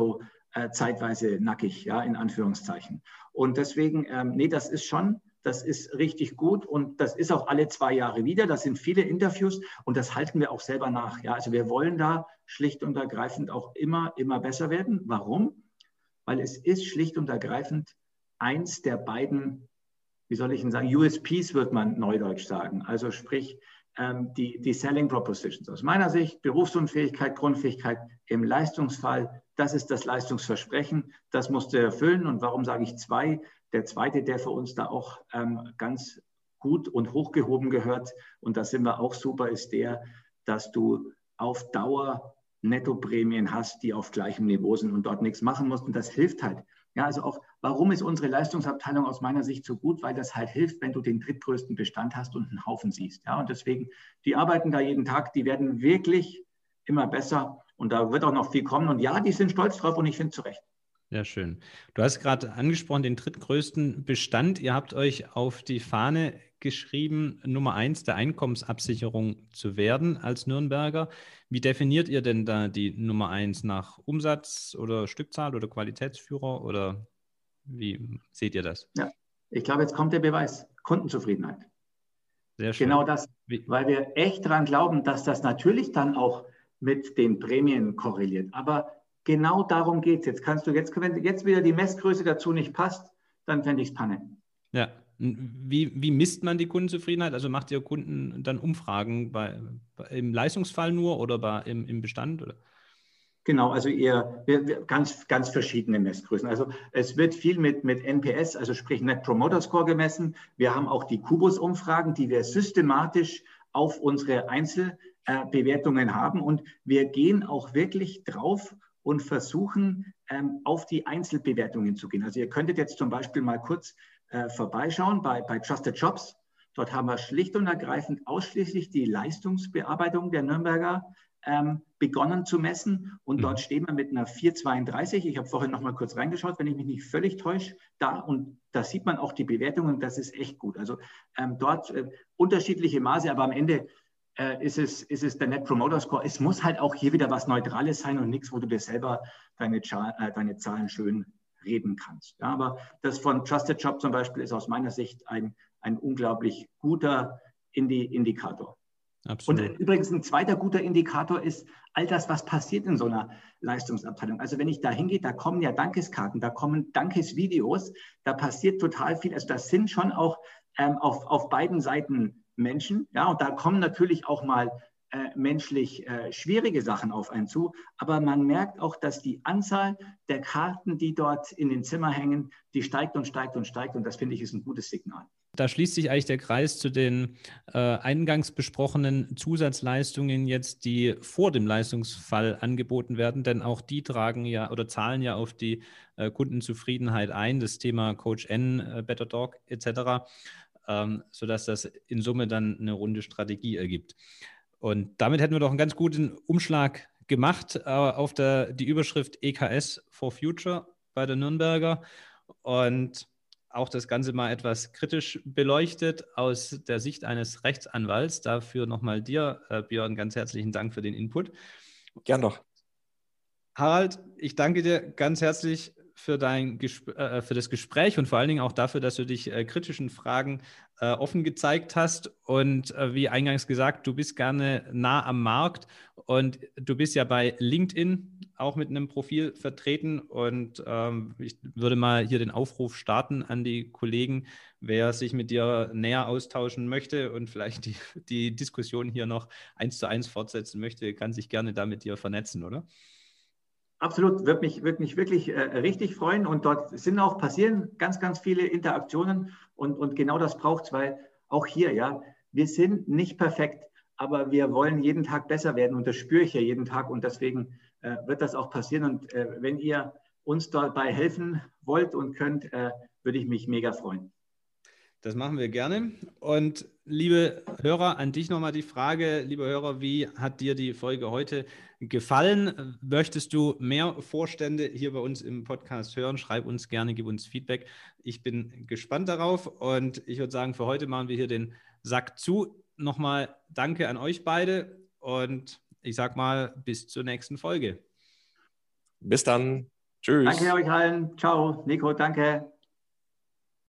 zeitweise nackig, ja, in Anführungszeichen. Und deswegen, das ist richtig gut und das ist auch alle 2 Jahre wieder. Das sind viele Interviews und das halten wir auch selber nach. Ja, also wir wollen da schlicht und ergreifend auch immer besser werden. Warum? Weil es ist schlicht und ergreifend eins der beiden, wie soll ich denn sagen, USPs wird man neudeutsch sagen. Also sprich, die Selling Propositions. Aus meiner Sicht, Berufsunfähigkeit, Grundfähigkeit im Leistungsfall, das ist das Leistungsversprechen, das musst du erfüllen. Und warum sage ich 2? Der zweite, der für uns da auch ganz gut und hochgehoben gehört, und da sind wir auch super, ist der, dass du auf Dauer Nettoprämien hast, die auf gleichem Niveau sind und dort nichts machen musst. Und das hilft halt. Ja, also auch, warum ist unsere Leistungsabteilung aus meiner Sicht so gut? Weil das halt hilft, wenn du den drittgrößten Bestand hast und einen Haufen siehst. Ja, und deswegen, die arbeiten da jeden Tag, die werden wirklich immer besser und da wird auch noch viel kommen. Und ja, die sind stolz drauf und ich finde zu Recht. Ja, schön. Du hast gerade angesprochen, den drittgrößten Bestand. Ihr habt euch auf die Fahne geschrieben, Nummer 1 der Einkommensabsicherung zu werden als Nürnberger. Wie definiert ihr denn da die Nummer 1? Nach Umsatz oder Stückzahl oder Qualitätsführer oder wie seht ihr das? Ja, ich glaube, jetzt kommt der Beweis. Kundenzufriedenheit. Sehr schön. Genau das, weil wir echt daran glauben, dass das natürlich dann auch mit den Prämien korreliert. Aber genau darum geht es. Wenn jetzt wieder die Messgröße dazu nicht passt, dann fände ich es Panne. Ja. Wie misst man die Kundenzufriedenheit? Also macht ihr Kunden dann Umfragen im Leistungsfall nur oder im Bestand? Oder? Genau, also ganz, ganz verschiedene Messgrößen. Also es wird viel mit NPS, also sprich Net Promoter Score gemessen. Wir haben auch die Kubus-Umfragen, die wir systematisch auf unsere Einzelbewertungen haben. Und wir gehen auch wirklich drauf und versuchen, auf die Einzelbewertungen zu gehen. Also ihr könntet jetzt zum Beispiel mal kurz vorbeischauen bei Trusted Jobs. Dort haben wir schlicht und ergreifend ausschließlich die Leistungsbearbeitung der Nürnberger begonnen zu messen und dort stehen wir mit einer 4,32. Ich habe vorhin noch mal kurz reingeschaut, wenn ich mich nicht völlig täusche, da und da sieht man auch die Bewertungen und das ist echt gut. Also dort unterschiedliche Maße, aber am Ende ist es der Net Promoter Score. Es muss halt auch hier wieder was Neutrales sein und nichts, wo du dir selber deine Zahlen schön reden kannst. Ja, aber das von Trusted Job zum Beispiel ist aus meiner Sicht ein unglaublich guter Indikator. Absolut. Und übrigens ein zweiter guter Indikator ist all das, was passiert in so einer Leistungsabteilung. Also wenn ich da hingehe, da kommen ja Dankeskarten, da kommen Dankesvideos, da passiert total viel. Also das sind schon auch auf beiden Seiten Menschen. Ja, und da kommen natürlich auch mal menschlich schwierige Sachen auf einen zu. Aber man merkt auch, dass die Anzahl der Karten, die dort in den Zimmern hängen, die steigt und steigt und steigt. Und das finde ich ist ein gutes Signal. Da schließt sich eigentlich der Kreis zu den eingangs besprochenen Zusatzleistungen jetzt, die vor dem Leistungsfall angeboten werden, denn auch die tragen ja oder zahlen ja auf die Kundenzufriedenheit ein, das Thema Coach N, Better Dog etc., sodass das in Summe dann eine runde Strategie ergibt. Und damit hätten wir doch einen ganz guten Umschlag gemacht auf die Überschrift EKS for Future bei der Nürnberger und auch das Ganze mal etwas kritisch beleuchtet aus der Sicht eines Rechtsanwalts. Dafür nochmal dir, Björn, ganz herzlichen Dank für den Input. Gern doch. Harald, ich danke dir ganz herzlich für das Gespräch und vor allen Dingen auch dafür, dass du dich kritischen Fragen offen gezeigt hast. Und wie eingangs gesagt, du bist gerne nah am Markt und du bist ja bei LinkedIn auch mit einem Profil vertreten. Und ich würde mal hier den Aufruf starten an die Kollegen, wer sich mit dir näher austauschen möchte und vielleicht die Diskussion hier noch 1:1 fortsetzen möchte, kann sich gerne da mit dir vernetzen, oder? Absolut, würde mich wirklich richtig freuen und dort passieren ganz, ganz viele Interaktionen und genau das braucht es, weil auch hier, ja, wir sind nicht perfekt, aber wir wollen jeden Tag besser werden und das spüre ich ja jeden Tag und deswegen wird das auch passieren und wenn ihr uns dabei helfen wollt und könnt, würde ich mich mega freuen. Das machen wir gerne. Und liebe Hörer, an dich nochmal die Frage, liebe Hörer, wie hat dir die Folge heute gefallen? Möchtest du mehr Vorstände hier bei uns im Podcast hören? Schreib uns gerne, gib uns Feedback. Ich bin gespannt darauf und ich würde sagen, für heute machen wir hier den Sack zu. Nochmal danke an euch beide und ich sag mal, bis zur nächsten Folge. Bis dann. Tschüss. Danke euch allen. Ciao. Nico, danke.